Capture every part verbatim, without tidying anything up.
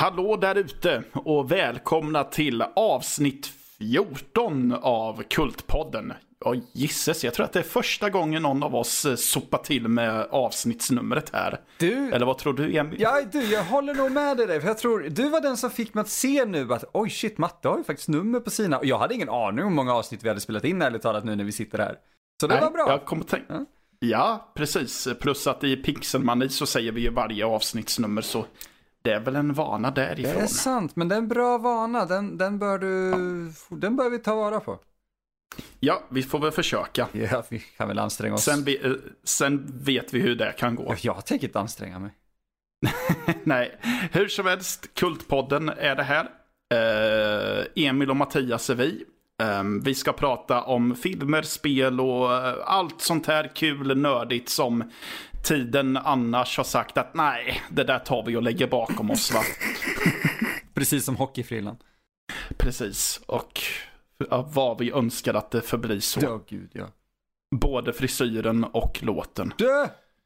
Hallå där ute och välkomna till avsnitt fjorton av Kultpodden. Ja, gisses, jag tror att det är första gången någon av oss sopar till med avsnittsnumret här. Du, Eller vad tror du, Emil? ja, du, jag håller nog med dig, för jag tror du var den som fick mig att se nu att oj shit, Matte har ju faktiskt nummer på sina. Och jag hade ingen aning om hur många avsnitt vi hade spelat in ärligt talat nu när vi sitter här. Så det Nej, var bra. Jag kommer tänka. Ja. ja, precis. Plus att i Pixelmani så säger vi ju varje avsnittsnummer, så det är väl en vana därifrån. Det är sant, men det är en bra vana. Den, den bör du, ja. den bör vi ta vara på. Ja, vi får väl försöka. Ja, vi kan väl anstränga oss. Sen, vi, sen vet vi hur det kan gå. Jag tänker inte anstränga mig. Nej, hur som helst, Kultpodden är det här. Uh, Emil och Mattias är vi. Um, vi ska prata om filmer, spel och uh, allt sånt här kul, nördigt som tiden annars har sagt att nej, det där tar vi och lägger bakom oss, va? Precis som hockeyfrillan. Precis, och ja, vad vi önskar att det förblir så. Ja, gud, ja. Både frisyren och låten. Dö!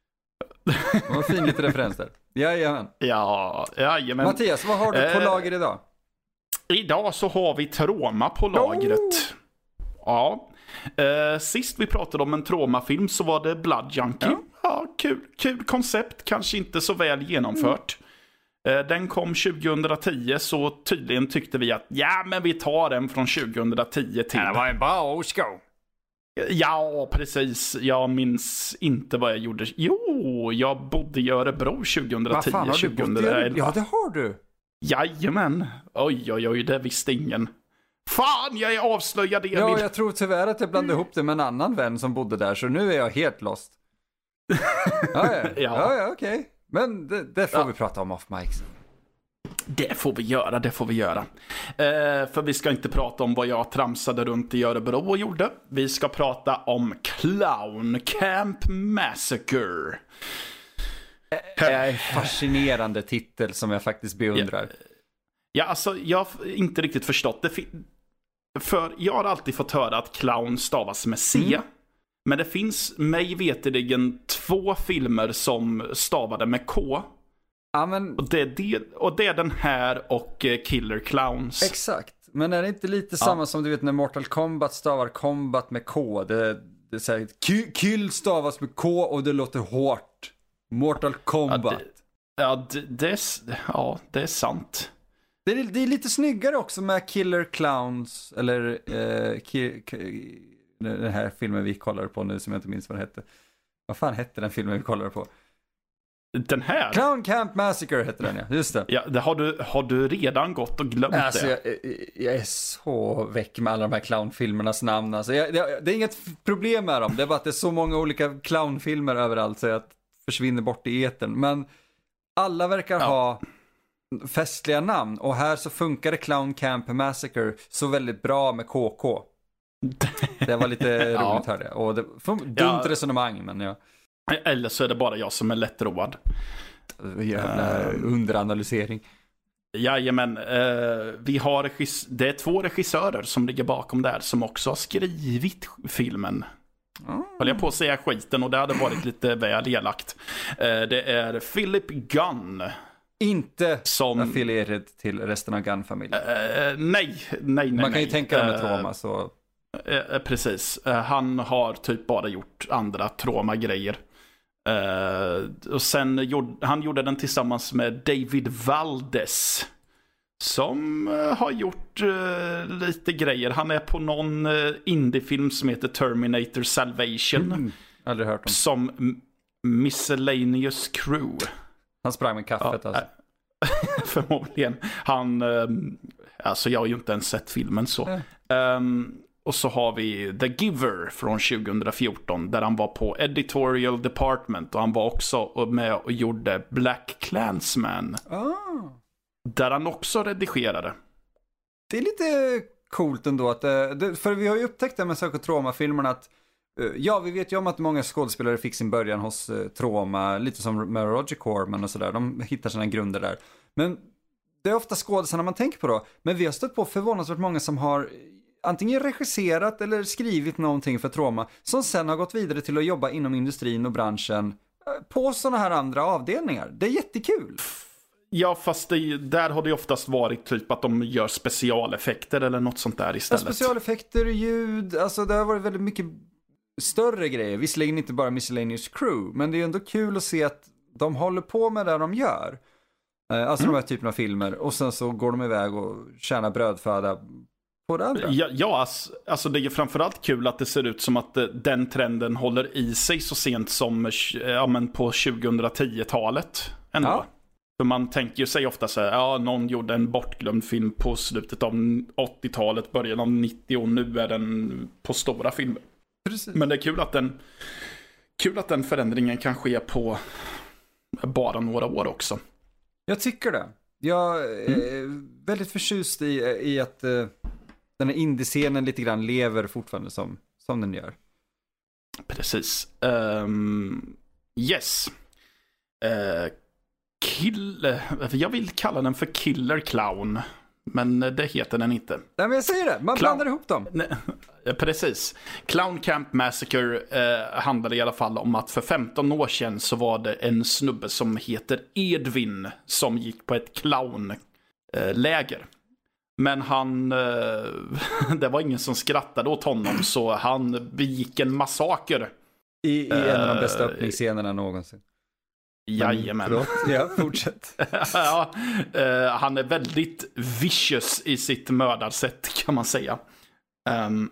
Vad fin lite referens där. Jajamän. Ja, jajamän. Mattias, vad har du på eh, lager idag? Idag så har vi Troma på lagret. Oh. Ja. Eh, sist vi pratade om en Troma-film så var det Blood Junkie. Ja, ja kul, kul koncept, kanske inte så väl genomfört. Mm. Eh, den kom tjugohundratio, så tydligen tyckte vi att ja, men vi tar den från tjugohundratio till. Det var en bra årskål. Ja, precis. Jag minns inte vad jag gjorde. Jo, jag bodde i Örebro tjugohundratio. Vad fan, har du bott i Örebro? Ja, det har du. Jajamän. Oj, oj, oj, det visste ingen. Fan, jag är avslöjad, Emil. Ja, jag tror tyvärr att jag blandade ihop det med en annan vän som bodde där, så nu är jag helt lost. Ja, ja, ja, ja okej. Okay. Men det, det får ja. vi prata om off mic. Det får vi göra, det får vi göra. Eh, för vi ska inte prata om vad jag tramsade runt i Örebro och gjorde. Vi ska prata om Clown Camp Massacre. Eh, fascinerande titel som jag faktiskt beundrar. Ja, ja, alltså jag har inte riktigt förstått det. För jag har alltid fått höra att clown stavas med C. Mm. Men det finns mig veterligen två filmer som stavade med K. Ja, men... och, det är det, och det är den här och Killer Clowns. Exakt. Men är det inte lite ja. samma som du vet när Mortal Kombat stavar combat med K? Det, det är så här, kill stavas med K och det låter hårt. Mortal Kombat. Ja, det, ja, det, det, är, ja, det är sant. Det är, det är lite snyggare också med Killer Clowns. Eller eh, ki, ki, den här filmen vi kollar på nu som jag inte minns vad den hette. Vad fan hette den filmen vi kollar på? Den här? Clown Camp Massacre heter den, ja. Just det. Ja, det har, du, har du redan gått och glömt alltså, det? Jag, jag är så väck med alla de här clownfilmernas namn. Alltså, jag, det, det är inget problem med dem. Det är bara att det är så många olika clownfilmer överallt så jag försvinner bort i etern. Men alla verkar ja. ha festliga namn. Och här så funkar det Clown Camp Massacre så väldigt bra med K K. Det var lite roligt ja. hörde jag. Och det, dumt ja. resonemang, men ja. Eller så är det bara jag som är lättroad. Jävla uh, underanalysering. Jajamän, uh, vi har regis- det är två regissörer som ligger bakom där som också har skrivit filmen. Mm. Höll jag på att säga skiten och det hade varit lite väl elakt. Uh, det är Philip Gunn. Inte som affilierad till resten av Gunn-familjen. Uh, nej, nej, nej. Man kan nej. ju tänka uh, med Troma så... Uh, precis, uh, han har typ bara gjort andra Troma-grejer. Uh, och sen gjorde, han gjorde den tillsammans med David Valdez som uh, har gjort uh, lite grejer. Han är på någon uh, indiefilm som heter Terminator Salvation. Mm, aldrig hört om. Som m- Miscellaneous Crew. Han sprang med kaffet ja, alltså. Förmodligen. Han, uh, alltså jag har ju inte ens sett filmen så. Mm. Um, Och så har vi The Giver från tjugohundrafjorton där han var på Editorial Department och han var också med och gjorde Black Klansman. Oh. Där han också redigerade. Det är lite coolt ändå att, för vi har ju upptäckt det med Psycho Trauma-filmerna att ja, vi vet ju om att många skådespelare fick sin början hos Trauma, lite som med Roger Corman och sådär. De hittar sina grunder där. Men det är ofta skådespelarna man tänker på då. Men vi har stött på förvånansvärt många som har antingen regisserat eller skrivit någonting för Troma som sen har gått vidare till att jobba inom industrin och branschen på sådana här andra avdelningar. Det är jättekul. Ja, fast det, där har det oftast varit typ att de gör specialeffekter eller något sånt där istället. Ja, specialeffekter, ljud, alltså det har varit väldigt mycket större grejer. Visserligen inte bara Miscellaneous Crew, men det är ändå kul att se att de håller på med det de gör. Alltså mm. de här typerna av filmer. Och sen så går de iväg och tjänar brödföda på det andra. Ja, ja, alltså det är framförallt kul att det ser ut som att den trenden håller i sig så sent som ja, men på tjugohundratio-talet ändå. Ja. För man tänker ju sig ofta så här, ja, någon gjorde en bortglömd film på slutet av åttiotalet, början av nittio och nu är den på stora filmer. Precis. Men det är kul att den kul att den förändringen kan ske på bara några år också. Jag tycker det. Jag är mm. väldigt förtjust i, i att uh, den här indie-scenen lite grann lever fortfarande som, som den gör. Precis. Um, yes. Uh, kill... Jag vill kalla den för Killer Clown. Men det heter den inte. Nej, men jag säger det. Man Clown... blandar ihop dem. Nej, precis. Clown Camp Massacre eh, handlade i alla fall om att för femton år sedan så var det en snubbe som heter Edvin som gick på ett clownläger. Eh, men han... Eh, det var ingen som skrattade åt honom så han begick en massaker. I, i en av de bästa öppningsscenerna någonsin. Jajamän. Men, ja, fortsätt. ja, uh, han är väldigt vicious i sitt mördarsätt kan man säga. Um,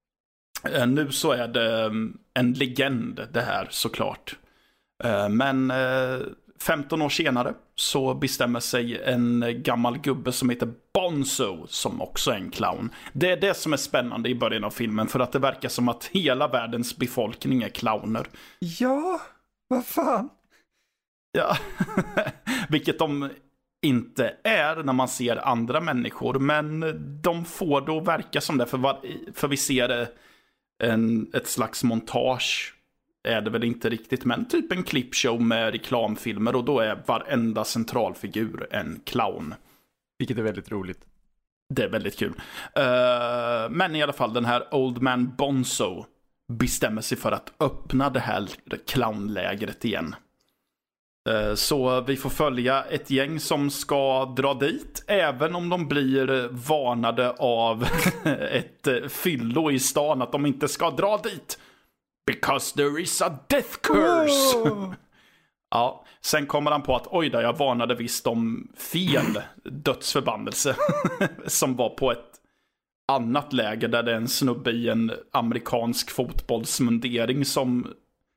uh, nu så är det um, en legend det här såklart. Uh, men uh, femton år senare så bestämmer sig en gammal gubbe som heter Bonzo som också är en clown. Det är det som är spännande i början av filmen för att det verkar som att hela världens befolkning är clowner. Ja, vad fan? Ja, vilket de inte är när man ser andra människor. Men de får då verka som det. För, var, för vi ser en, ett slags montage. Är det väl inte riktigt. Men typ en clipshow med reklamfilmer. Och då är varenda centralfigur en clown. Vilket är väldigt roligt. Det är väldigt kul. Uh, men i alla fall den här Old Man Bonzo bestämmer sig för att öppna det här clownlägret igen. Så vi får följa ett gäng som ska dra dit, även om de blir varnade av ett fyllo i stan att de inte ska dra dit. Because there is a death curse. Oh. Ja, sen kommer han på att oj då, jag varnade visst om fel dödsförbannelse som var på ett annat läger där det är en snubbe i en amerikansk fotbollsmundering som...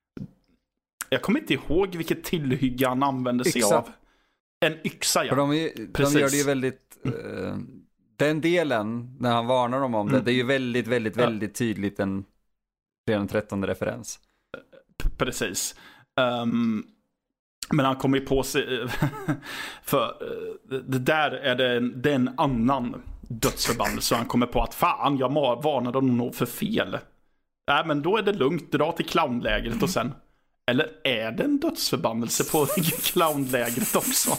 Jag kommer inte ihåg vilket tillhygge han använde sig yxa. av. En yxa, ja. För de, är, de gör det ju väldigt... Uh, den delen, när han varnar dem om det, mm. det är ju väldigt, väldigt, ja. väldigt tydligt en redan trettonde referens. P- precis. Um, men han kommer ju på sig... för uh, det där är det, en, det är en annan dödsförbannelse. Så han kommer på att fan, jag varnade honom nog för fel. Nej, men då är det lugnt. Dra till clownlägret och sen... Eller är det en dödsförbannelse på clownlägret också?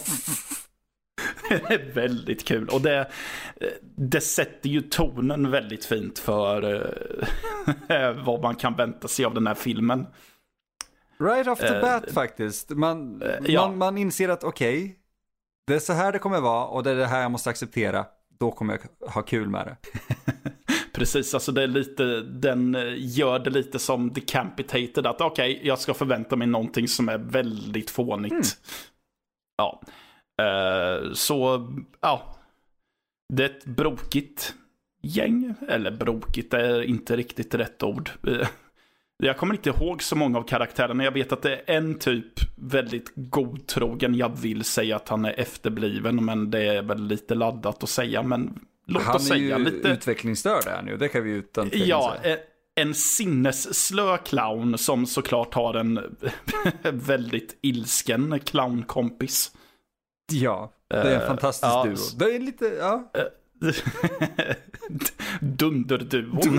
Det är väldigt kul. Och det, det sätter ju tonen väldigt fint för uh, vad man kan vänta sig av den här filmen. Right off the bat uh, faktiskt. Man, uh, ja. man, man inser att okej, okay, det är så här det kommer vara och det är det här jag måste acceptera. Då kommer jag ha kul med det. Precis, alltså det är lite, den gör det lite som Decapitated, att okej, okay, jag ska förvänta mig någonting som är väldigt fånigt. Mm. Ja, uh, så ja, det är ett brokigt gäng, eller brokigt är inte riktigt rätt ord. Uh, jag kommer inte ihåg så många av karaktärerna, jag vet att det är en typ väldigt godtrogen, jag vill säga att han är efterbliven, men det är väl lite laddat att säga, men... Låt han oss är säga ju lite... utvecklingsstörd här nu, det kan vi ju utan Ja, säga. En sinnesslö clown som såklart har en väldigt ilsken clownkompis. Ja, det är en uh, fantastisk uh, duo. Det är lite, ja. Dunderduon.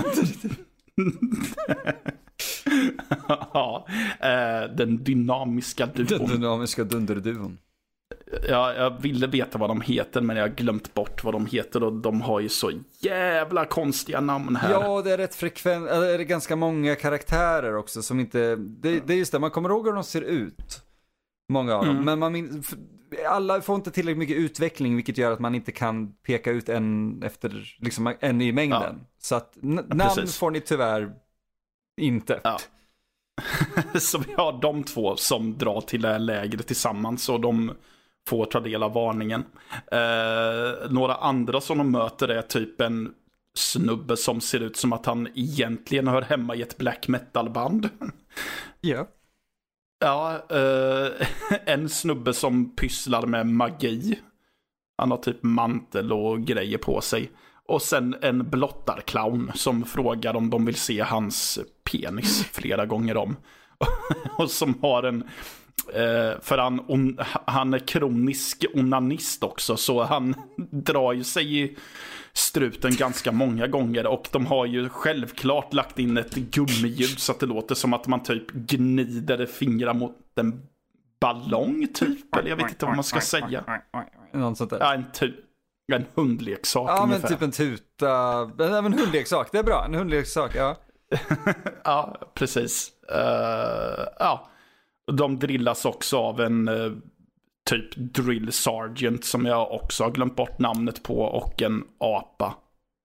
Ja, uh, den dynamiska duon. Den dynamiska dunderduon. Ja, jag ville veta vad de heter, men jag har glömt bort vad de heter och de har ju så jävla konstiga namn här. Ja, det är rätt frekvent, det är ganska många karaktärer också som inte, det, det är just det, man kommer ihåg hur de ser ut, många av dem, mm. men man min, alla får inte tillräckligt mycket utveckling, vilket gör att man inte kan peka ut en efter liksom en i mängden. Ja. Så att n- ja, namn får ni tyvärr inte. Ja. Så vi har de två som drar till det här lägret tillsammans och de får ta del av varningen. Eh, några andra som de möter är typ en snubbe som ser ut som att han egentligen hör hemma i ett black metal-band. Ja. Yeah. Ja, eh, en snubbe som pysslar med magi. Han har typ mantel och grejer på sig. Och sen en blottarclown som frågar om de vill se hans penis flera gånger om. Och som har en... Eh, för han, on, han är kronisk onanist också, så han drar ju sig i struten ganska många gånger. Och de har ju självklart lagt in ett gummiljud så att det låter som att man typ gnider fingrar mot en ballong typ. Eller jag vet inte vad man ska säga. Något sånt där. Ja, en, tu- en hundleksak. Ja, ungefär. Men typ en tuta. En hundleksak, det är bra. En hundleksak, ja. Ja, precis. Uh, ja. De drillas också av en uh, typ drill sergeant som jag också har glömt bort namnet på, och en apa.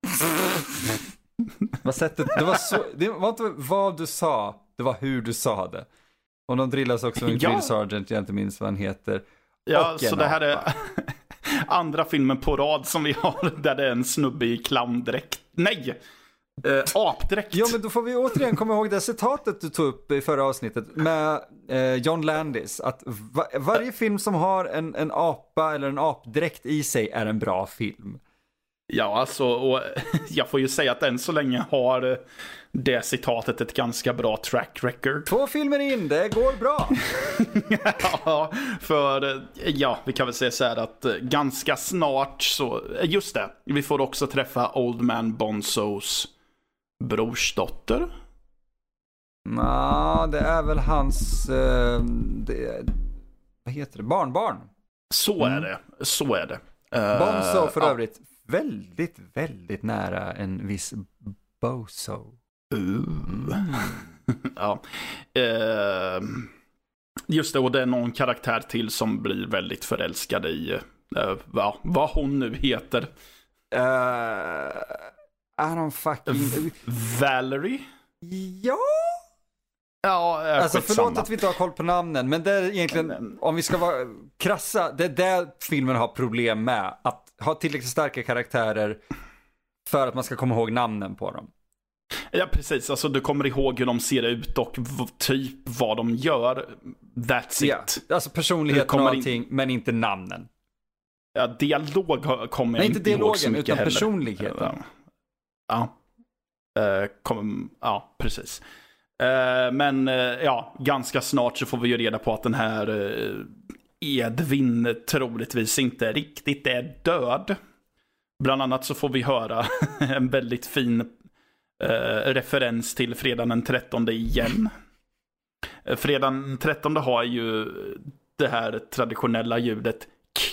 Vad sättet, det var så, det var inte vad du sa, det var hur du sa det. Och de drillas också av en ja. drill sergeant, jag inte minns vad han heter. Ja, så det här apa. Är andra filmen på rad som vi har där det är en snubbe i clowndräkt. Nej! Uh, apdräkt. Ja, men då får vi återigen komma ihåg det citatet du tog upp i förra avsnittet med uh, John Landis. Att va- varje film som har en, en apa eller en apdräkt i sig är en bra film. Ja, alltså, och jag får ju säga att än så länge har det citatet ett ganska bra track record. Två filmer in, det går bra. Ja, för ja, vi kan väl säga så här att ganska snart så, just det, vi får också träffa Old Man Bonzos brorsdotter. Nå, det är väl hans eh, det, vad heter det? Barnbarn. Så är det, så är det. Uh, Bonzo för ja. övrigt väldigt, väldigt nära en viss Bozo. Uh. Ja. Uh, just det, och det är någon karaktär till som blir väldigt förälskad i uh, va, vad hon nu heter. Uh, I don't fucking... V- Valerie? Ja? Ja, äh, alltså förlåt samma. att vi inte har koll på namnen, men det är egentligen, om vi ska vara krassa, det är där filmen har problem med. Att ha tillräckligt starka karaktärer för att man ska komma ihåg namnen på dem. Ja, precis. Alltså du kommer ihåg hur de ser ut och v- typ vad de gör. That's ja. it. Alltså personligheten och allting, in... men inte namnen. Ja, dialog kommer jag inte inte dialogen, ihåg så mycket utan heller. personligheten. Ja. Uh, kom, ja, precis. Uh, men uh, ja, ganska snart så får vi ju reda på att den här uh, Edvin troligtvis inte riktigt är död. Bland annat så får vi höra en väldigt fin uh, referens till fredagen den trettonde igen. Uh, fredagen den trettonde har ju det här traditionella ljudet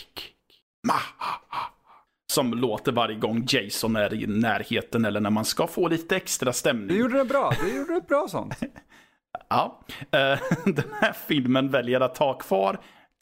som låter varje gång Jason är i närheten eller när man ska få lite extra stämning. Du gjorde det bra, du gjorde det bra sånt. Ja, den här filmen väljer att ta kvar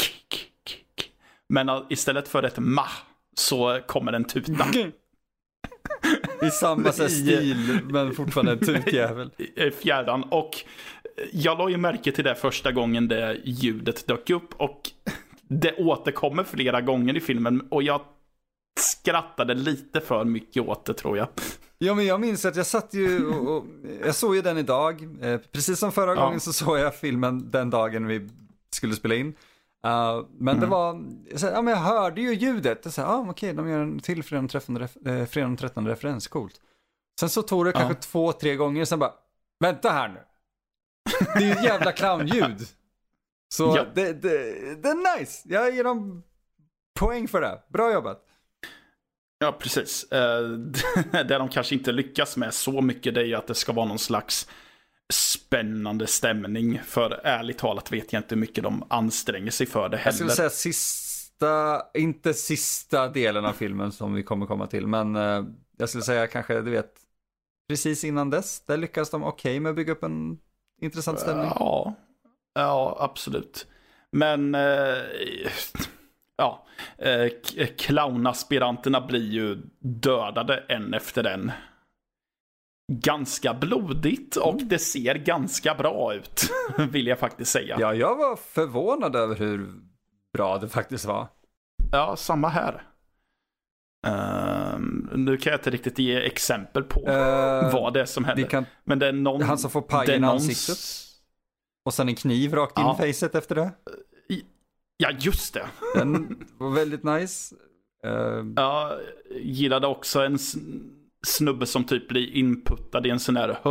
men istället för ett ma så kommer en tuta. I samma stil men fortfarande en tutjävel. I fjärran, och jag la ju märke till det första gången det ljudet dök upp, och det återkommer flera gånger i filmen och jag skrattade lite för mycket åt det, tror jag. Ja, men jag minns att jag satt ju och, och jag såg ju den idag. Eh, precis som förra ja. gången så såg jag filmen den dagen vi skulle spela in. Uh, men mm. det var, så, ja, men jag hörde ju ljudet. Jag sa, ah, okej, okay, de gör en till fredag den trettonde referens, coolt. Sen så tog det kanske ja. två, tre gånger, sen bara, vänta här nu. Det är ju ett jävla clownljud. Så ja. det, det, det är nice. Jag ger dem poäng för det. Bra jobbat. Ja, precis. Det de kanske inte lyckas med så mycket, det är ju att det ska vara någon slags spännande stämning. För ärligt talat vet jag inte hur mycket de anstränger sig för det heller. Jag skulle säga sista, inte sista delen av filmen som vi kommer komma till. Men jag skulle säga kanske, du vet, precis innan dess. Där lyckas de okej okay med att bygga upp en intressant stämning. Ja, ja absolut. Men... ja, eh, k- clownaspiranterna blir ju dödade en efter en. Ganska blodigt och det ser ganska bra ut, vill jag faktiskt säga. Ja, jag var förvånad över hur bra det faktiskt var. Ja, samma här. Uh, nu kan jag inte riktigt ge exempel på uh, vad det är som händer. Kan... Men det är någon... Han som får pajen i ansiktet. Och sen en kniv rakt in i ja. facet efter det. Ja, just det. Den var väldigt nice. Uh... Jag gillade också en snubbe som typ blir inputtad i en sån här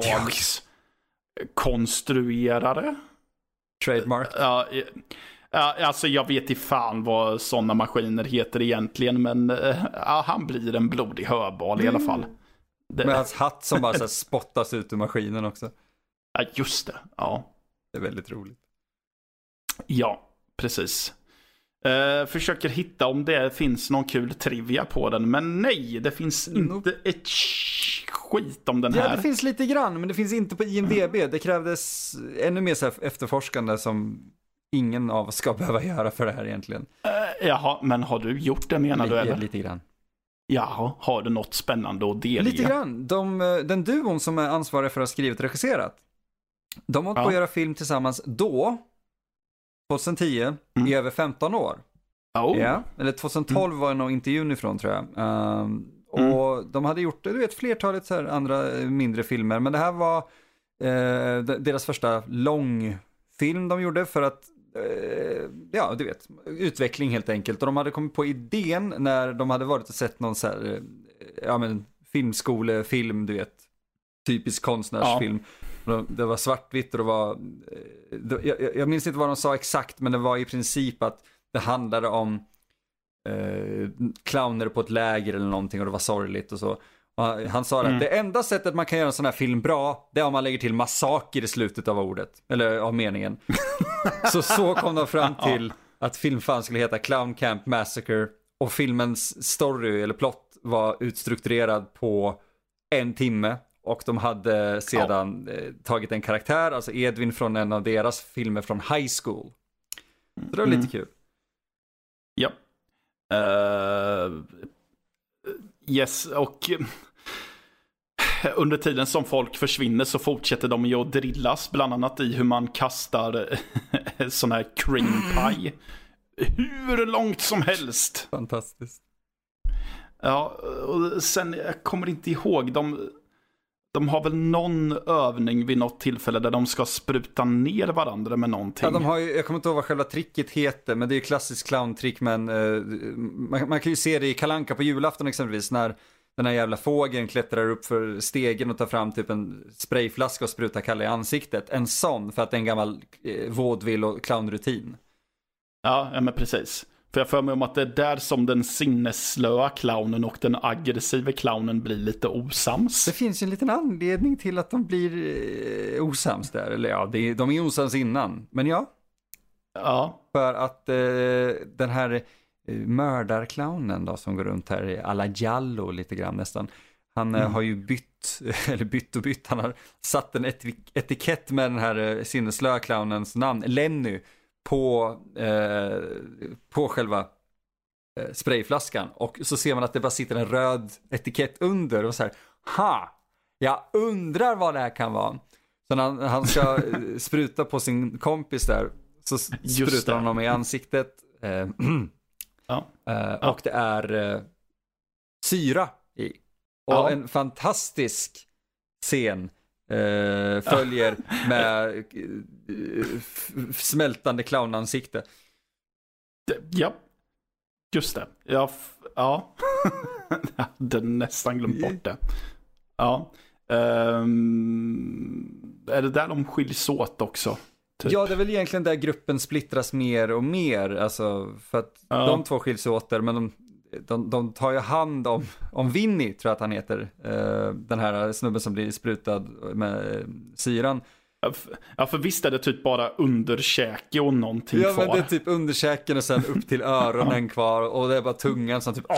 höbagskonstruerare. Trademark. Ja, ja, alltså jag vet inte fan vad sådana maskiner heter egentligen, men ja, han blir en blodig höbal i alla fall. Det... Med hans hatt som bara så här spottas ut ur maskinen också. Ja, just det. Ja. Det är väldigt roligt. Ja, precis. Uh, försöker hitta om det finns någon kul trivia på den, men nej, det finns nope. inte ett skit om den här. Ja, det finns lite grann, men det finns inte på I M D B. Det krävdes ännu mer så här efterforskande som ingen av oss ska behöva göra för det här egentligen. Uh, jaha, men har du gjort det menar lite, du eller? Lite grann. Jaha, har du något spännande att delge? Lite grann. De, den duon som är ansvarig för att ha skrivit och regisserat, de har hållit ja. på att göra film tillsammans då, tjugohundratio, mm. i över femton år. Oh. Ja, eller tjugotolv mm. var nog intervjun ifrån tror jag. Um, och mm. de hade gjort, du vet, flertalet så här andra mindre filmer. Men det här var uh, deras första långfilm de gjorde för att, uh, ja du vet, utveckling helt enkelt. Och de hade kommit på idén när de hade varit och sett någon så här, uh, ja men filmskolefilm, du vet, typisk konstnärsfilm. Ja. Det var svartvitt och det var, jag, jag minns inte vad de sa exakt, men det var i princip att det handlade om eh, clowner på ett läger eller någonting och det var sorgligt och så. Och han sa mm. att det enda sättet man kan göra en sån här film bra, det är om man lägger till massaker i slutet av ordet, eller av meningen. så så kom de fram till att filmfan skulle heta Clown Camp Massacre och filmens story eller plott var utstrukturerad på en timme. Och de hade sedan ja. eh, tagit en karaktär, alltså Edvin från en av deras filmer från high school. Så det var mm. lite kul. Ja. Uh, yes, och under tiden som folk försvinner så fortsätter de ju att drillas, bland annat i hur man kastar sån här cream pie hur långt som helst. Fantastiskt. Ja, och sen, jag kommer inte ihåg, de... De har väl någon övning vid något tillfälle där de ska spruta ner varandra med någonting. Ja, de har ju, jag kommer inte ihåg vad själva tricket heter, men det är ju klassiskt clowntrick, men uh, man, man kan ju se det i Kalle Anka på julafton exempelvis, när den här jävla fågeln klättrar upp för stegen och tar fram typ en sprayflaska och sprutar Kalle i ansiktet. En sån, för att det är en gammal uh, vaudeville och clownrutin. Ja, ja, men precis. För jag för mig om att det är där som den sinnesslöa clownen och den aggressiva clownen blir lite osams. Det finns ju en liten anledning till att de blir eh, osams där. Eller ja, det, de är osams innan. Men ja. Ja. För att eh, den här eh, mördarclownen då som går runt här, alla Giallo lite grann nästan. Han mm. har ju bytt, eller bytt och bytt. Han har satt en etik- etikett med den här eh, sinnesslöa clownens namn, Lenny, på, eh, på själva eh, sprayflaskan. Och så ser man att det bara sitter en röd etikett under och så här, ha, jag undrar vad det här kan vara. Så när han, han ska spruta på sin kompis där, så sprutar han honom i ansiktet. Eh, ja. eh, och det är eh, syra i. Och ja. En fantastisk scen Uh, följer med uh, f- smältande clownansikte. Ja, just det. Ja, f- ja. Jag hade nästan glömt bort det. Ja. Um, är det där de skiljs åt också? Typ? Ja, det är väl egentligen där gruppen splittras mer och mer. Alltså, för att ja. de två skiljs åt där, men de De, de tar ju hand om, om Vinny, tror jag att han heter. Uh, den här snubben som blir sprutad med uh, syran. Ja för, ja, för visst är det typ bara underkäke och någonting ja, kvar. Ja, men det är typ underkäken och sen upp till öronen kvar. Och det är bara tungan som typ... uh,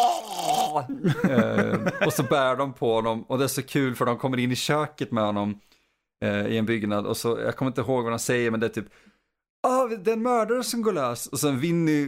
och så bär de på honom. Och det är så kul för de kommer in i köket med honom uh, i en byggnad. Och så, jag kommer inte ihåg vad de säger, men det är typ... Ah, det är en mördare som går lös. Och sen Vinny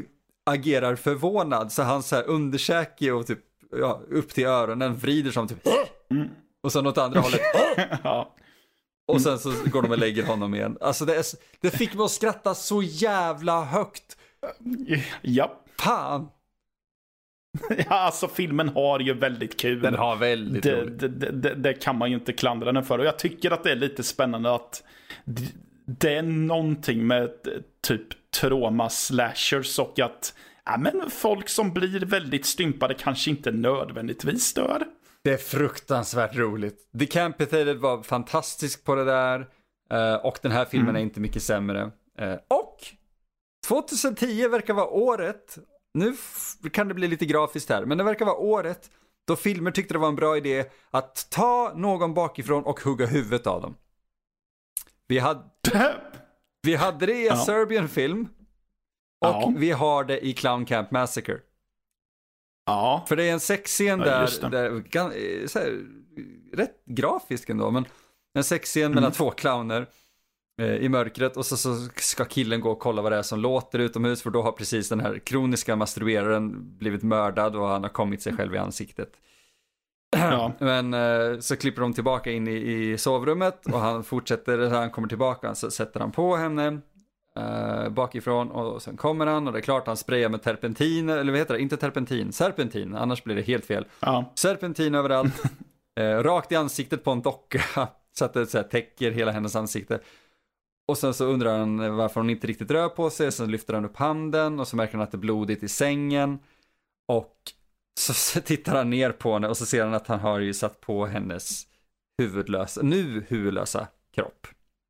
agerar förvånad. Så han så här underkäke och typ ja, upp till öronen vrider som typ mm. och sen åt andra hållet. Ja. Och sen så går de och lägger honom igen. Alltså det, är, det fick mig att skratta så jävla högt. Ja. Fan. Ja, alltså filmen har ju väldigt kul. Den har väldigt det, roligt. Det, det, det, det kan man ju inte klandra den för. Och jag tycker att det är lite spännande att det, det är någonting med typ trauma slashers och att ja, men folk som blir väldigt stympade kanske inte nödvändigtvis dör. Det är fruktansvärt roligt. Decapitated var fantastisk på det där. Och den här filmen mm. är inte mycket sämre. Och tjugohundratio verkar vara året. Nu kan det bli lite grafiskt här. Men det verkar vara året då filmer tyckte det var en bra idé att ta någon bakifrån och hugga huvudet av dem. Vi hade, vi hade det i A ja. Serbian film. Och ja. vi har det i Clown Camp Massacre. Ja. För det är en sexscen ja, där, där så här, rätt grafisk ändå, men en sexscen mm. mellan två clowner eh, i mörkret och så, så ska killen gå och kolla vad det är som låter utomhus, för då har precis den här kroniska masturberaren blivit mördad och han har kommit sig själv i ansiktet. Ja. Men eh, så klipper de tillbaka in i, i sovrummet och han fortsätter, han kommer tillbaka, så sätter han på henne Uh, bakifrån och sen kommer han och det är klart han sprayar med terpentin, eller vad heter det? Inte terpentin, serpentin, annars blir det helt fel. Ja. Serpentin överallt, uh, rakt i ansiktet på en docka så att det så här, täcker hela hennes ansikte. Och sen så undrar han varför hon inte riktigt rör på sig, sen lyfter han upp handen och så märker han att det är blodigt i sängen och så tittar han ner på henne och så ser han att han har ju satt på hennes huvudlösa, nu huvudlösa kropp.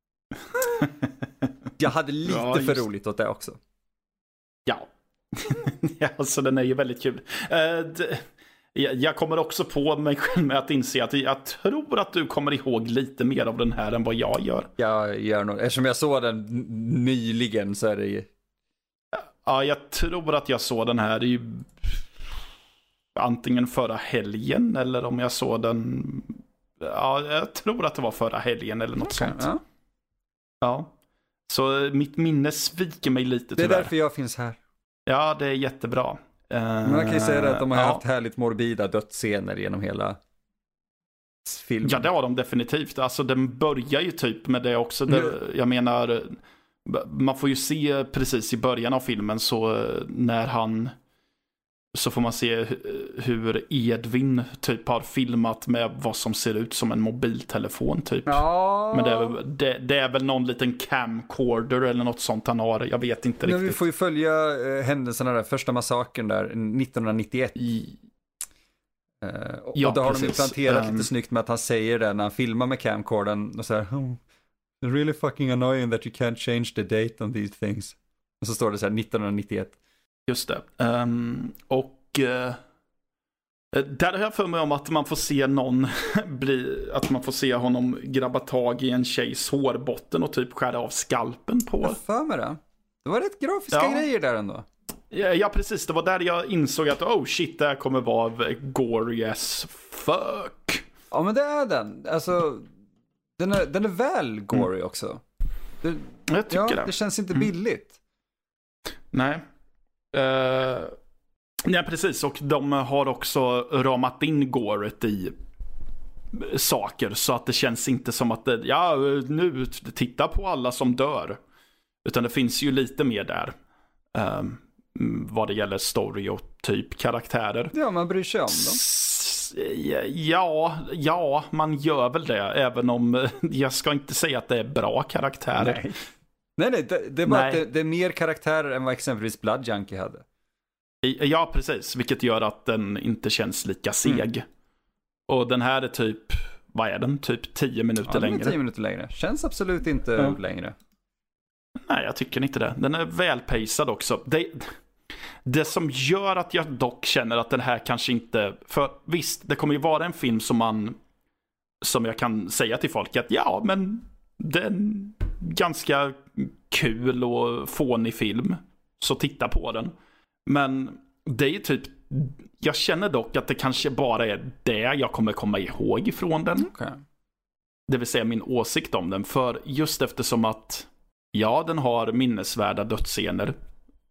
Jag hade lite ja, för roligt åt det också. Ja. Ja, alltså den är ju väldigt kul. Uh, d- jag kommer också på mig själv med att inse att jag tror att du kommer ihåg lite mer av den här än vad jag gör. Jag gör nog. Eftersom jag såg den nyligen så är det ju... Ja, jag tror att jag såg den här i antingen förra helgen eller om jag såg den... Ja, jag tror att det var förra helgen eller något okay, sånt. Ja. Ja. Så mitt minne sviker mig lite tyvärr. Det är därför jag finns här. Ja, det är jättebra. Uh, Man kan ju säga det att de har ja. haft härligt morbida dödsscener genom hela filmen. Ja, det har de definitivt. Alltså den börjar ju typ med det också. Det, mm. Jag menar, man får ju se precis i början av filmen så när han... Så får man se hur Edvin typ har filmat med vad som ser ut som en mobiltelefon typ. Ja. Men det är, det, det är väl någon liten camcorder eller något sånt han har. Jag vet inte Men riktigt. Vi får ju följa eh, händelserna där, första massakern där nittonhundranittioett. I... Uh, och ja, då har precis. de implanterat um... lite snyggt med att han säger det när han filmar med camcorden och så här, oh, it's really fucking annoying that you can't change the date on these things. Och så står det så här nittonhundranittioett. Just det. Um, och uh, där har jag för mig om att man får se någon bli, att man får se honom grabba tag i en tjejs hårbotten och typ skära av skalpen på. Jag för mig det. Det var rätt grafiska ja. grejer där ändå. Ja, ja, precis. Det var där jag insåg att oh shit, det här kommer vara gory as fuck. Ja, men det är den. Alltså, den är, den är väl gory mm. också. Det, jag tycker ja, det. Det känns inte billigt. Mm. Nej. Uh, ja, precis. Och de har också ramat in goret i saker så att det känns inte som att det, ja, nu titta på alla som dör. Utan det finns ju lite mer där. Um, vad det gäller story och typ karaktärer. Ja, man bryr sig om dem. Ja, ja, man gör väl det. Även om jag ska inte säga att det är bra karaktärer. Nej. Nej, nej, det, det är bara nej. att det, det är mer karaktärer än vad exempelvis Blood Junkie hade. Ja, precis. Vilket gör att den inte känns lika seg. Mm. Och den här är typ, vad är den? Typ tio minuter ja, längre. tio minuter längre. Känns absolut inte mm. längre. Nej, jag tycker inte det. Den är välpacad också. Det, det som gör att jag dock känner att den här kanske inte... För visst, det kommer ju vara en film som man... Som jag kan säga till folk att ja, men den... ganska kul och fånig film. Så titta på den. Men det är typ... Jag känner dock att det kanske bara är det jag kommer komma ihåg ifrån den. Okay. Det vill säga min åsikt om den. För just eftersom att... Ja, den har minnesvärda dödsscener.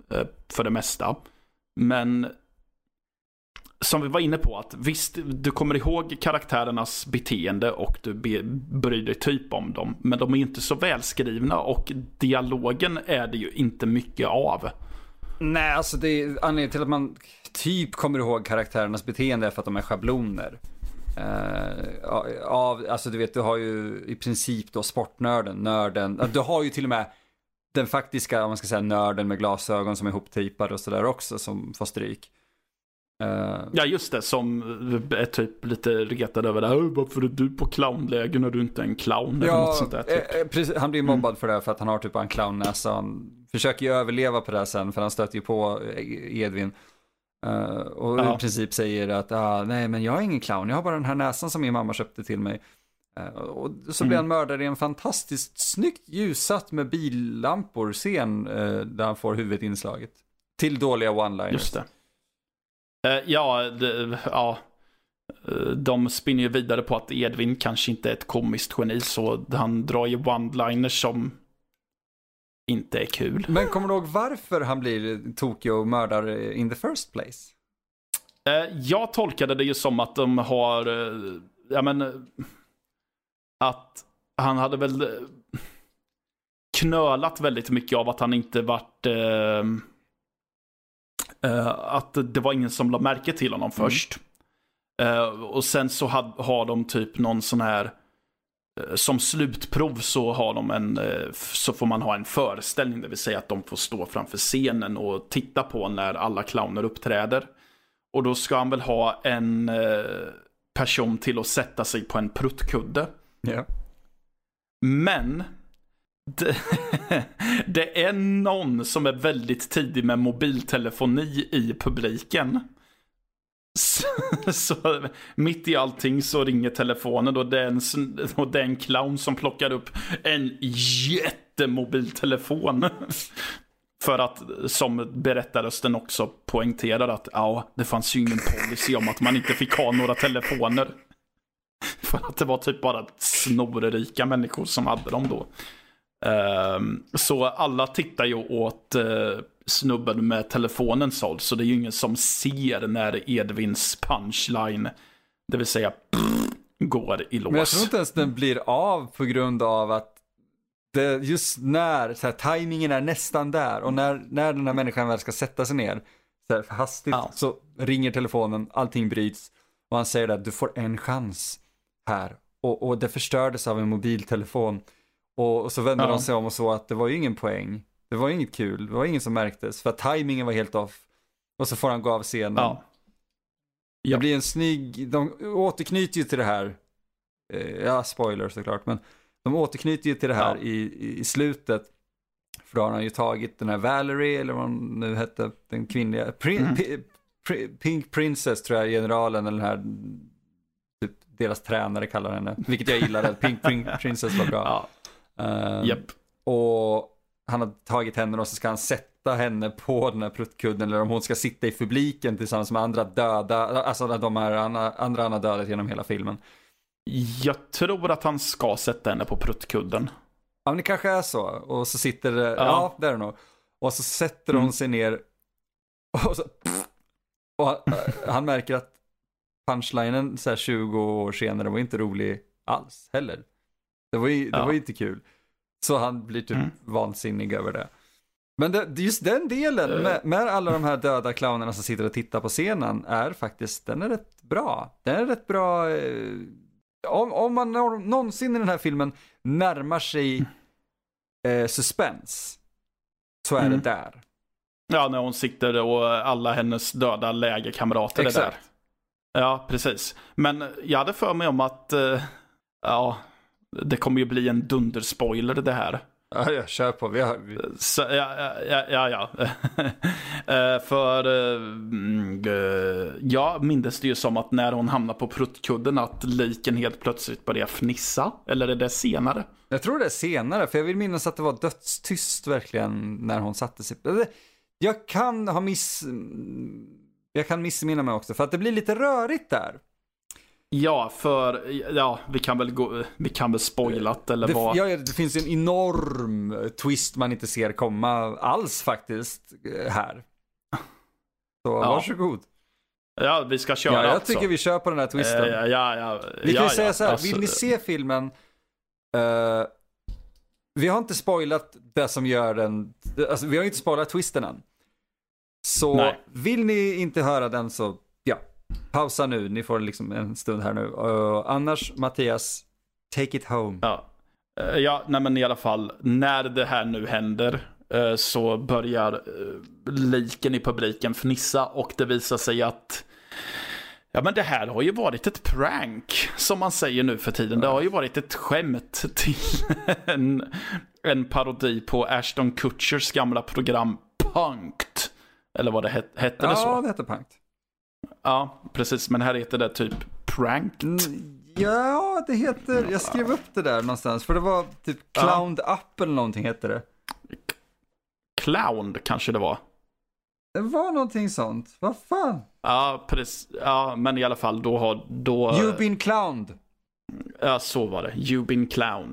eh, för det mesta. Men som vi var inne på, att visst, du kommer ihåg karaktärernas beteende och du be, bryr dig typ om dem, men de är inte så välskrivna och dialogen är det ju inte mycket av. Nej, alltså det är anledningen till att man typ kommer ihåg karaktärernas beteende är för att de är schabloner. Uh, av, alltså du vet, du har ju i princip då sportnörden, nörden, du har ju till och med den faktiska, om man ska säga, nörden med glasögon som är ihoptejpade och sådär också, som får stryk. Uh, ja, just det, som är typ lite retad över det här. Varför är du på clownläge när du inte är en clown? Ja, eller något sånt där, typ. eh, precis, han blir mobbad mm. för det för att han har typ en clownnäsa. Han försöker ju överleva på det här sen, för han stöter ju på Edvin. Uh, och ja. i princip säger att ah, nej, men jag är ingen clown, jag har bara den här näsan som min mamma köpte till mig. Uh, och så mm. blir han mördad i en fantastiskt snyggt ljussatt med billampor scen uh, där han får huvudet inslaget. Till dåliga one-liners. Just det. Uh, ja, det, ja. Uh, de spinner ju vidare på att Edvin kanske inte är ett komiskt geni, så han drar ju one-liners som inte är kul. Men kommer du ihåg varför han blir tokig och mördar in the first place? Uh, jag tolkade det ju som att de har uh, ja men uh, att han hade väl uh, knölat väldigt mycket av att han inte varit uh, uh, att det var ingen som la märke till honom mm. först. Uh, och sen så had, har de typ någon sån här uh, som slutprov så har de en uh, så får man ha en föreställning, det vill säga att de får stå framför scenen och titta på när alla clowner uppträder. Och då ska han väl ha en uh, person till att sätta sig på en pruttkudde. Yeah. Men det, det är någon som är väldigt tidig med mobiltelefoni i publiken. Så, så mitt i allting så ringer telefonen och det är en, och det är en clown som plockar upp en jättemobiltelefon. För att, som berättarrösten också poängterar, att ja, det fanns ju ingen policy om att man inte fick ha några telefoner. För att det var typ bara snorrika människor som hade dem då. Um, så alla tittar ju åt uh, snubben med telefonens håll. Så det är ju ingen som ser när Edvins punchline, det vill säga pff, går i lås. Men jag tror inte ens den blir av på grund av att det just när så här, tajmingen är nästan där. Och när, när den här människan väl ska sätta sig ner så här, hastigt ja. så ringer telefonen, allting bryts. Och han säger att du får en chans här. Och, och det förstördes av en mobiltelefon. Och, och så vänder ja. de sig om och så att det var ju ingen poäng. Det var ju inget kul. Det var ingen som märktes. För att tajmingen var helt off. Och så får han gå av scenen. Ja. Ja. Det blir en snygg... De återknyter ju till det här. Eh, ja, spoiler såklart. Men de återknyter ju till det här ja. i, i slutet. För då har han ju tagit den här Valerie, eller vad hon nu hette, den kvinnliga... Prin, mm. P, P, Pink Princess tror jag, generalen, eller den här... Typ, deras tränare kallar henne. Vilket jag gillade. Pink, Pink Princess var bra. Ja. Uh, yep. Och han har tagit henne och så ska han sätta henne på den här pruttkudden, eller om hon ska sitta i publiken tillsammans med andra döda, alltså de här andra, andra han har dödat genom hela filmen. Jag tror att han ska sätta henne på pruttkudden. Ja, men det kanske är så. Och så sitter det, ja, ja det är det nog. Och så sätter hon mm. sig ner och, så, och han, han märker att punchlinen så här tjugo år senare var inte rolig alls heller. Det var ju, det ja. var ju inte kul. Så han blir typ mm. vansinnig över det. Men det, just den delen uh. med, med alla de här döda clownerna som sitter och tittar på scenen är faktiskt, den är rätt bra. Den är rätt bra. Eh, om, om man någonsin i den här filmen närmar sig eh, suspens, så är mm. det där. Ja, när hon sitter och alla hennes döda lägerkamrater är där. Ja, precis. Men jag hade för mig om att eh, ja, det kommer ju bli en dunderspoiler det här. Ja, jag kör på. Vi har, vi... Så, ja, ja, ja. ja. uh, för uh, jag minns det ju som att när hon hamnar på pruttkudden att liken helt plötsligt börjar fnissa. Eller är det senare? Jag tror det är senare, för jag vill minnas att det var dödstyst verkligen när hon satte sig. Jag kan ha miss... Jag kan missminna mig också, för att det blir lite rörigt där. Ja, för ja, vi kan väl gå, vi kan väl spoilat eller det, vad? ja, det finns en enorm twist man inte ser komma alls faktiskt här. Så Ja. varsågod. Ja, vi ska köra Ja, jag alltså. tycker vi kör på den här twisten. Eh, ja, ja, ja, Vi kan ja, ju säga ja, så här, alltså, vill ni se filmen? Uh, vi har inte spoilat det som gör den, alltså vi har inte spoilat twisten än. Så Nej. vill ni inte höra den så, ja, pausa nu, ni får liksom en stund här nu. Uh, annars, Mattias, take it home. Ja, Eh, ja nej, men i alla fall, när det här nu händer eh, så börjar eh, liken i publiken fnissa och det visar sig att ja, men det här har ju varit ett prank, som man säger nu för tiden. Det har ju varit ett skämt till en, en parodi på Ashton Kutchers gamla program Punk'd. Eller vad det het, hette det så? Ja, det heter Punkt. Ja, precis. Men här heter det typ Pranked. Mm, ja, det heter, jag skrev upp det där någonstans, för det var typ Clowned Up eller någonting hette det. Clowned kanske det var. Det var någonting sånt, vad fan? Ja, precis. Ja, men i alla fall då har... Då, You've been clowned. Ja, så var det. You've been clowned.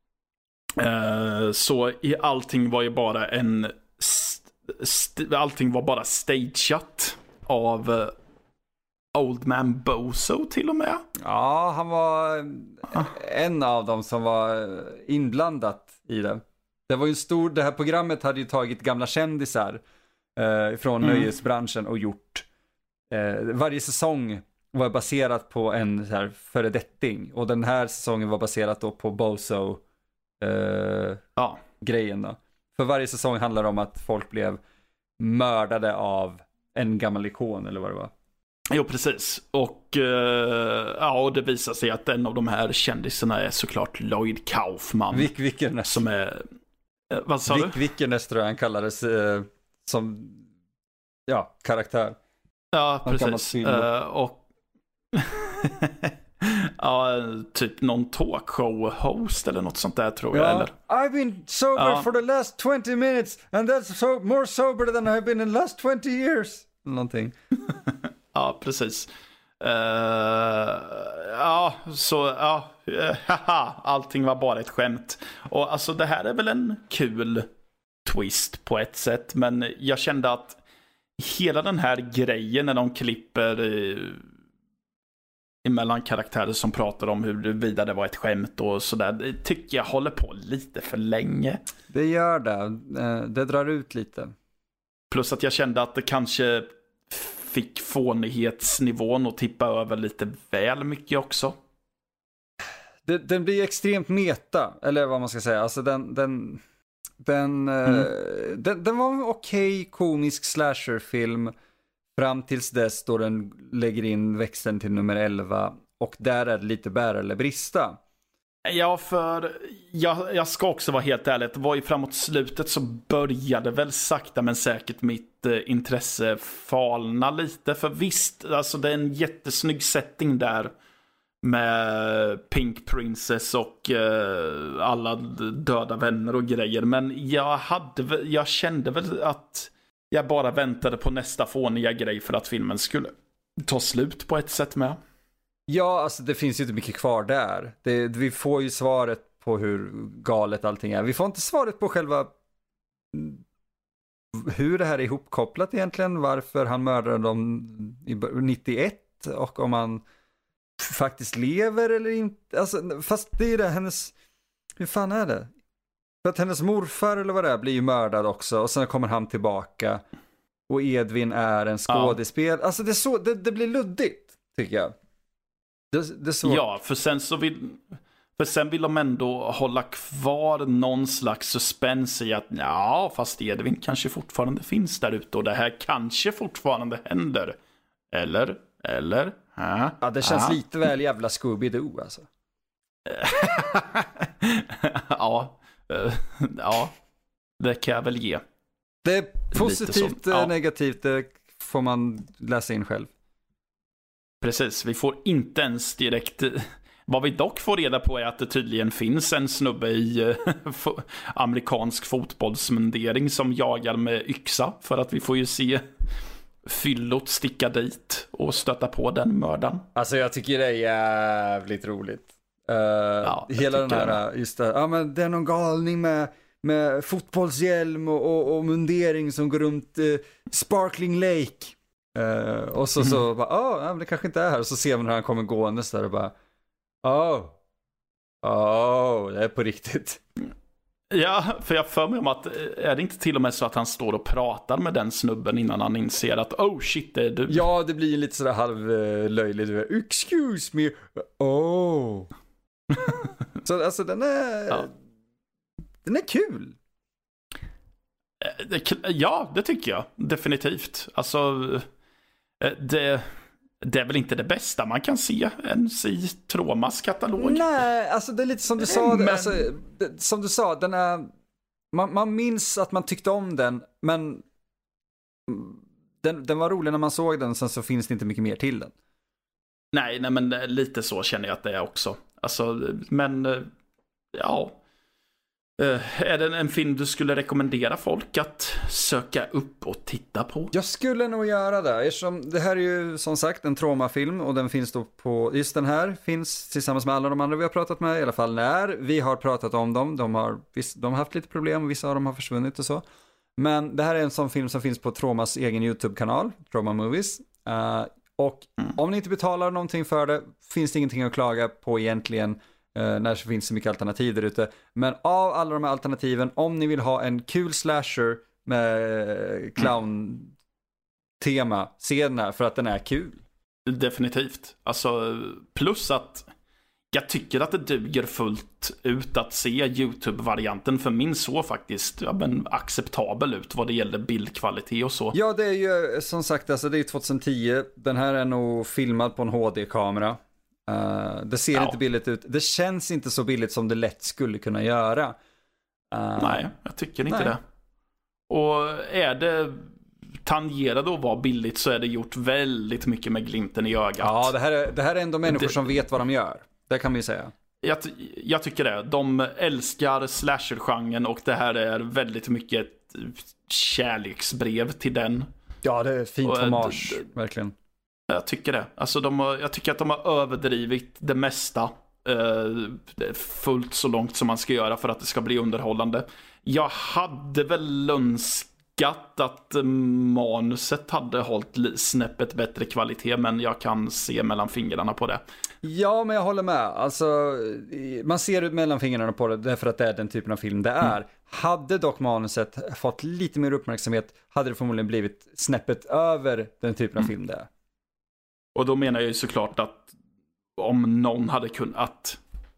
Uh, så i allting var ju bara en... St- st- allting var bara stageat av uh, Old Man Bozo till och med. Ja, han var Ah. en av dem som var inblandat i det. Det var ju stor, det här programmet hade ju tagit gamla kändisar eh, från Mm. nöjesbranschen och gjort eh, varje säsong var baserat på en så här föredetting, och den här säsongen var baserat då på Bozo eh, Ja. grejen då. För varje säsong handlar det om att folk blev mördade av en gammal ikon eller vad det var. Jo, precis. Och, uh, ja, och det visar sig att en av de här kändisarna är såklart Lloyd Kaufman. Vic Vikernes. Som är... Uh, vad sa Vic du? Vikernes tror jag han kallades eh, som ja, karaktär. Ja, Han kan precis. vara Uh, och... ja, typ någon talkshow-host eller något sånt där tror jag. Ja. Eller? I've been sober Ja. for the last twenty minutes and that's so more sober than I've been in the last twenty years. Någonting. Ja, precis. Uh, ja, så ja, uh, haha, allting var bara ett skämt. Och alltså det här är väl en kul twist på ett sätt, men jag kände att hela den här grejen när de klipper uh, emellan karaktärer som pratar om huruvida det var ett skämt och sådär, det tycker jag håller på lite för länge. Det gör det. Eh, Det drar ut lite. Plus att jag kände att det kanske fick fånighetsnivån att tippa över lite väl mycket också. Det, den blir extremt meta, eller vad man ska säga. Alltså den, den, den, Mm. eh, den, den var en okej komisk slasherfilm fram tills dess då den lägger in växeln till nummer elva. Och där är det lite bära eller brista. Ja, för jag, jag ska också vara helt ärlig. Det var ju framåt slutet så började väl sakta men säkert mitt eh, intresse falna lite. För visst, alltså det är en jättesnygg setting där med Pink Princess och eh, alla döda vänner och grejer. Men jag, hade, väl- jag kände väl att jag bara väntade på nästa fåniga grej för att filmen skulle ta slut på ett sätt med. Ja, alltså det finns ju inte mycket kvar där. Det, vi får ju svaret på hur galet allting är. Vi får inte svaret på själva hur det här är ihopkopplat egentligen. Varför han mördade dem i nittioett och om han faktiskt lever eller inte. Alltså, fast det är det, hennes... Hur fan är det? För att hennes morfar eller vad det är blir ju mördad också och sen kommer han tillbaka och Edvin är en skådespel. Ja. Alltså det, är så, det, det blir luddigt, tycker jag. Det, det är så... Ja, för sen så vill... För sen vill de ändå hålla kvar någon slags suspens i att ja, fast Edvin kanske fortfarande finns där ute och det här kanske fortfarande händer. Eller? Eller? Ha? Ja, det känns ha? lite väl jävla Scooby-Doo alltså. ja, uh, ja, det kan jag väl ge. Det är positivt, som, ja. negativt, det får man läsa in själv. Precis, vi får inte ens direkt... Vad vi dock får reda på är att det tydligen finns en snubbe i uh, amerikansk fotbollsmundering som jagar med yxa. För att vi får ju se fyllot sticka dit och stöta på den mördaren. Alltså jag tycker det är jävligt roligt. Uh, ja, hela den här, just det, ja men det är någon galning med, med fotbollshjälm och, och, och mundering som går runt uh, Sparkling Lake. Uh, och så, mm. så bara, ja oh, det kanske inte är här. Och så ser man när han kommer gående där och bara, oh, oh, det är på riktigt. Ja, för jag för mig om att, är det inte till och med så att han står och pratar med den snubben innan han inser att, oh shit, det är du. Ja, det blir lite sådär halvlöjligt. Excuse me, oh. Så alltså den är, ja. den är kul. Ja, det tycker jag, definitivt. Alltså, det... Det är väl inte det bästa man kan se ens i Tromas katalog. Nej, alltså det är lite som du sa. Men... Alltså, det, som du sa, den är... Man, man minns att man tyckte om den, men den, den var rolig när man såg den, sen så finns det inte mycket mer till den. Nej, nej men lite så känner jag att det är också. Alltså, men ja... Är det en film du skulle rekommendera folk att söka upp och titta på? Jag skulle nog göra det. Eftersom det här är ju som sagt en Troma-film och den finns då på, just den här finns tillsammans med alla de andra vi har pratat med, i alla fall när vi har pratat om dem. De har, de har haft lite problem, vissa av dem har försvunnit och så. Men det här är en sån film som finns på Tromas egen YouTube-kanal, Troma Movies. Uh, och mm. om ni inte betalar någonting för det finns det ingenting att klaga på egentligen. Uh, när det finns så mycket alternativ där ute. Men av alla de här alternativen, om ni vill ha en kul slasher med clown-tema, se den här för att den är kul. Definitivt. Alltså, plus att jag tycker att det duger fullt ut att se YouTube-varianten, för min så faktiskt ja, men acceptabel ut vad det gäller bildkvalitet och så. Ja, det är ju som sagt, alltså det är tjugohundratio. Den här är nog filmad på en H D-kamera. Uh, det ser ja. inte billigt ut. Det känns inte så billigt som det lätt skulle kunna göra. Uh, nej, jag tycker inte nej. det. Och är det tangerade att vara billigt så är det gjort väldigt mycket med glimten i ögat. Ja, det här är, det här är ändå människor det, som vet vad de gör. Det kan man ju säga. Jag, jag tycker det. De älskar slasher-genren och det här är väldigt mycket ett kärleksbrev till den. Ja, det är fint hommage, verkligen. Jag tycker det. Alltså de har, jag tycker att de har överdrivit det mesta eh, fullt så långt som man ska göra för att det ska bli underhållande. Jag hade väl önskat att manuset hade hållit snäppet bättre kvalitet, men jag kan se mellan fingrarna på det. Ja, men jag håller med. Alltså, man ser ut mellan fingrarna på det därför att det är den typen av film det är. Mm. Hade dock manuset fått lite mer uppmärksamhet hade det förmodligen blivit snäppet över den typen av mm. film det är. Och då menar jag ju såklart att om någon hade kunnat,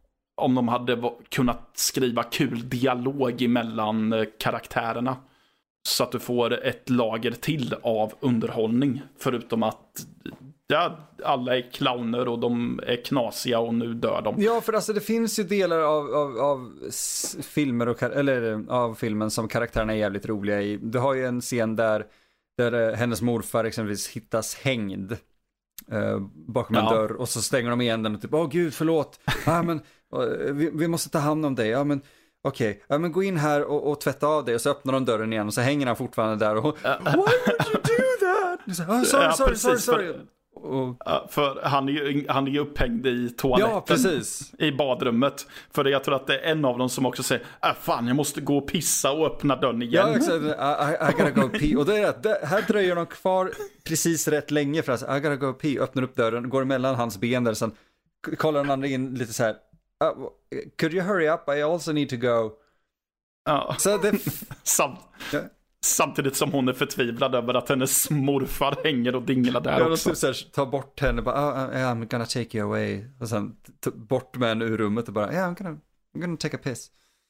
om de hade kunnat skriva kul dialog mellan karaktärerna så att du får ett lager till av underhållning, förutom att ja, alla är clowner och de är knasiga och nu dör de. Ja, för alltså det finns ju delar av, av, av filmer och, eller av filmen som karaktärerna är jävligt roliga i. Du har ju en scen där, där hennes morfar exempelvis hittas hängd Uh, bakom en ja. dörr och så stänger de igen den och typ, åh gud förlåt ah, men, uh, vi, vi måste ta hand om dig, ja men okej, okay. ja, men gå in här och, och tvätta av dig, och så öppnar de dörren igen och så hänger han fortfarande där och uh, why would you do that? Så, oh, sorry, ja, sorry, sorry, sorry för, och, uh, för han är ju han är ju upphängd i toaletten, ja, precis. i badrummet, för jag tror att det är en av dem som också säger, äh, fan jag måste gå och pissa och öppna dörren igen. Ja, exakt, I, I gotta go pee, och det är det, här dröjer de kvar precis rätt länge för att I gotta go pee, öppnar upp dörren, går emellan hans ben där, sen kollar den andra in lite så här, uh, could you hurry up, I also need to go. Ja. Så det Sam- ja. Samtidigt som hon är förtvivlad över att hennes morfar hänger och dinglar där ja, också. Typ så här, ta bort henne, bara, oh, I'm gonna take you away, och sen t- bort med henne ur rummet och bara, yeah, I'm gonna, I'm gonna take a piss.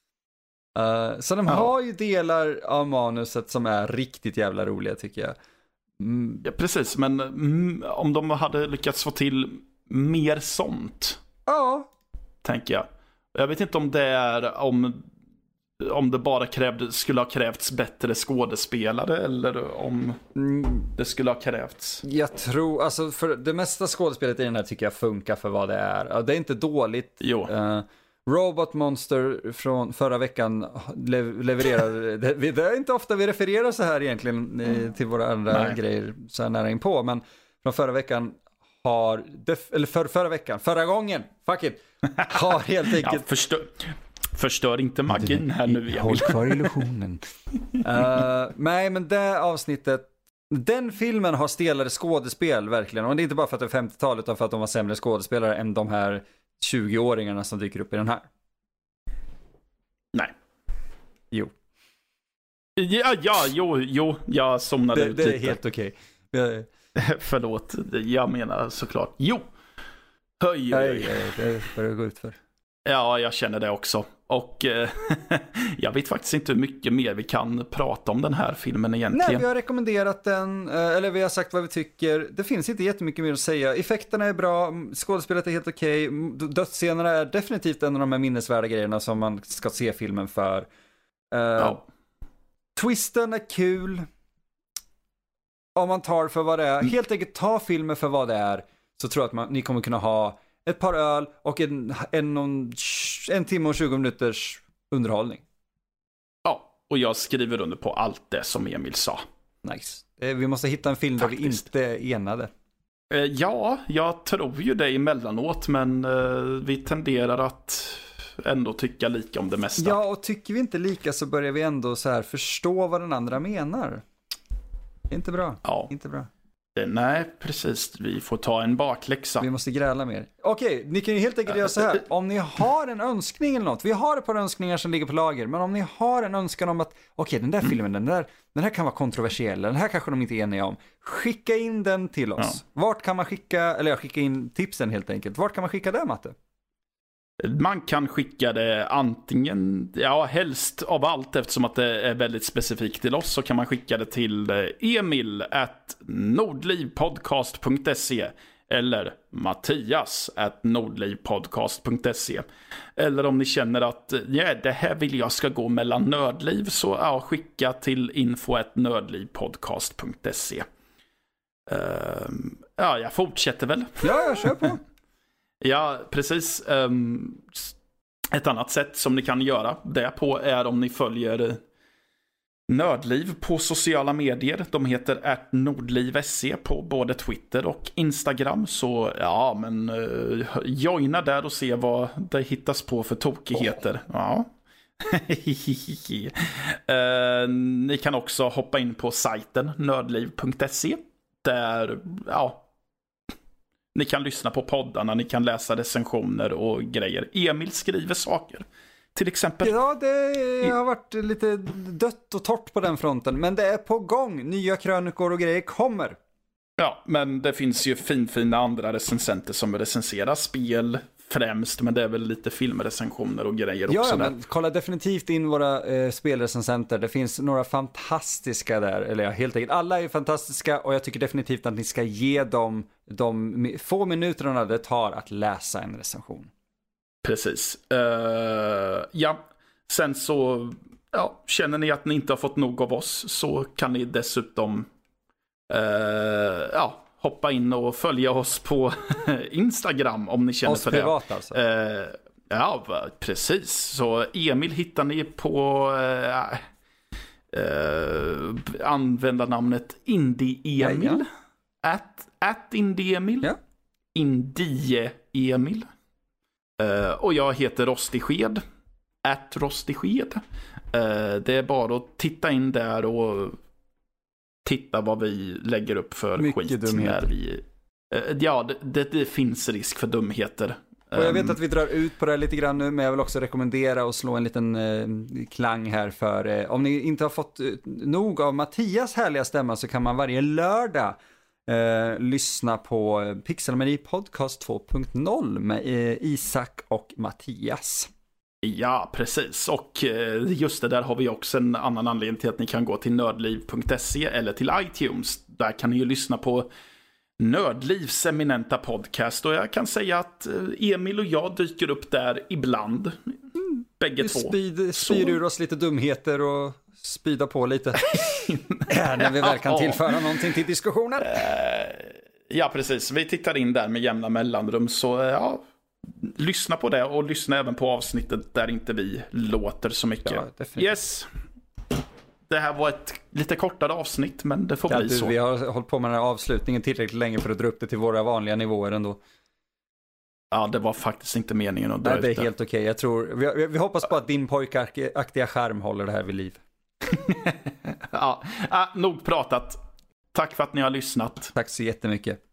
Uh, så de ja. har ju delar av manuset som är riktigt jävla roliga, tycker jag. Mm. Ja, precis, men mm, om de hade lyckats få till mer sånt. Ja. Tänker jag. Jag vet inte om det är om om det bara krävde, skulle ha krävts bättre skådespelare, eller om mm. det skulle ha krävts. Jag tror, alltså för det mesta skådespelet i den här tycker jag funkar för vad det är. Det är inte dåligt. Jo. Uh, Robot Monster från förra veckan le- levererar, det, det är inte ofta vi refererar så här egentligen eh, till våra andra Nej. grejer så här nära in på, men från förra veckan har, def- eller för, förra veckan, förra gången, fuck it, har helt enkelt... ja, förstör, förstör inte magin här nu. Jag håll kvar illusionen. uh, nej, men det avsnittet, den filmen har stelare skådespel verkligen, och det är inte bara för att det är femtiotalet utan för att de var sämre skådespelare än de här tjugo-åringarna som dyker upp i den här. Nej. Jo. Ja, ja, jo, jo, jag somnade det, ut det lite. Det är helt okej. Okay. Förlåt, jag menar såklart. Jo. Höj, nej, nej, det får det gå ut för. Ja, jag känner det också. Och eh, jag vet faktiskt inte hur mycket mer vi kan prata om den här filmen egentligen. Nej, vi har rekommenderat den, eller vi har sagt vad vi tycker. Det finns inte jättemycket mer att säga. Effekterna är bra, skådespelet är helt okej. Dödsscenerna är definitivt en av de här minnesvärda grejerna som man ska se filmen för. Uh, ja. Twisten är kul. Om man tar för vad det är. Helt enkelt ta filmen för vad det är. Så tror jag att man, ni kommer kunna ha ett par öl och en, en, en, en timme och tjugo minuters underhållning. Ja, och jag skriver under på allt det som Emil sa. Nice. Vi måste hitta en film Faktiskt. Där vi inte är enade. Ja, jag tror ju det emellanåt, men vi tenderar att ändå tycka lika om det mesta. Ja, och tycker vi inte lika så börjar vi ändå så här förstå vad den andra menar. Det är inte bra. Ja. Inte bra. Nej, precis. Vi får ta en bakläxa. Vi måste gräla mer. Okej, ni kan ju helt enkelt göra så här. Om ni har en önskning eller något. Vi har ett par önskningar som ligger på lager. Men om ni har en önskan om att okej, den där mm. filmen, den där, den här kan vara kontroversiell. Den här kanske de inte är eniga om. Skicka in den till oss. Ja. Vart kan man skicka, eller jag skicka in tipsen helt enkelt. Vart kan man skicka det, Matte? Man kan skicka det antingen, ja helst av allt eftersom att det är väldigt specifikt till oss, så kan man skicka det till emil at nordlivpodcast punkt se eller mattias at nordlivpodcast punkt se. Eller om ni känner att ja, det här vill jag ska gå mellan nördliv, så ja, skicka till info at nordlivpodcast punkt se. Uh, ja, jag fortsätter väl. Ja, jag kör på. Ja, precis. Um, ett annat sätt som ni kan göra det på är om ni följer Nördliv på sociala medier. De heter at nordliv.se på både Twitter och Instagram. Så ja, men uh, joina där och se vad det hittas på för tokigheter. Oh. Ja. uh, ni kan också hoppa in på sajten nördliv punkt se. Där, ja, ni kan lyssna på poddarna, ni kan läsa recensioner och grejer. Emil skriver saker, till exempel. Ja, det har varit lite dött och torrt på den fronten. Men det är på gång. Nya krönikor och grejer kommer. Ja, men det finns ju finfina andra recensenter som recenserar spel främst. Men det är väl lite filmrecensioner och grejer ja, också. Ja, men kolla definitivt in våra eh, spelrecensenter. Det finns några fantastiska där. Eller ja, helt enkelt. Alla är fantastiska och jag tycker definitivt att ni ska ge dem de få minuterna det tar att läsa en recension. Precis. Uh, ja, sen så ja, känner ni att ni inte har fått nog av oss, så kan ni dessutom uh, ja, hoppa in och följa oss på Instagram om ni känner oss för privat, det. Alltså. Uh, ja, precis. Så Emil hittar ni på uh, uh, användarnamnet Indie-Emil. Ja, ja. At, at Indie-Emil. Ja. Indie-Emil. Uh, och jag heter Rostisked. At Rostisked. Uh, det är bara att titta in där och titta vad vi lägger upp för mycket skit. Dumheter. När vi, uh, ja, det, det, det finns risk för dumheter. Och jag vet att vi drar ut på det här lite grann nu, men jag vill också rekommendera och slå en liten eh, klang här för eh, om ni inte har fått eh, nog av Mattias härliga stämma, så kan man varje lördag eh, lyssna på Pixelmani Podcast två punkt noll med eh, Isak och Mattias. Ja, precis. Och eh, just det, där har vi också en annan anledning till att ni kan gå till nördliv punkt se eller till iTunes. Där kan ni ju lyssna på Nördlivs eminenta podcast, och jag kan säga att Emil och jag dyker upp där ibland. Mm. Bägge vi två. Spyd, spyr ur oss lite dumheter och spyda på lite. När vi väl kan tillföra någonting till diskussionen. Ja, precis. Vi tittar in där med jämna mellanrum, så ja, lyssna på det och lyssna även på avsnittet där inte vi låter så mycket. Ja, definitivt. Yes. Det här var ett lite kortare avsnitt, men det får Ja, bli du, så. vi har hållit på med den här avslutningen tillräckligt länge för att dra upp det till våra vanliga nivåer ändå. Ja, det var faktiskt inte meningen att dra Nej, ut det är det. helt okej. Okay. Jag tror, vi, vi, vi hoppas på att din pojkaktiga skärm håller det här vid liv. Ja, ah, nog pratat. Tack för att ni har lyssnat. Tack så jättemycket.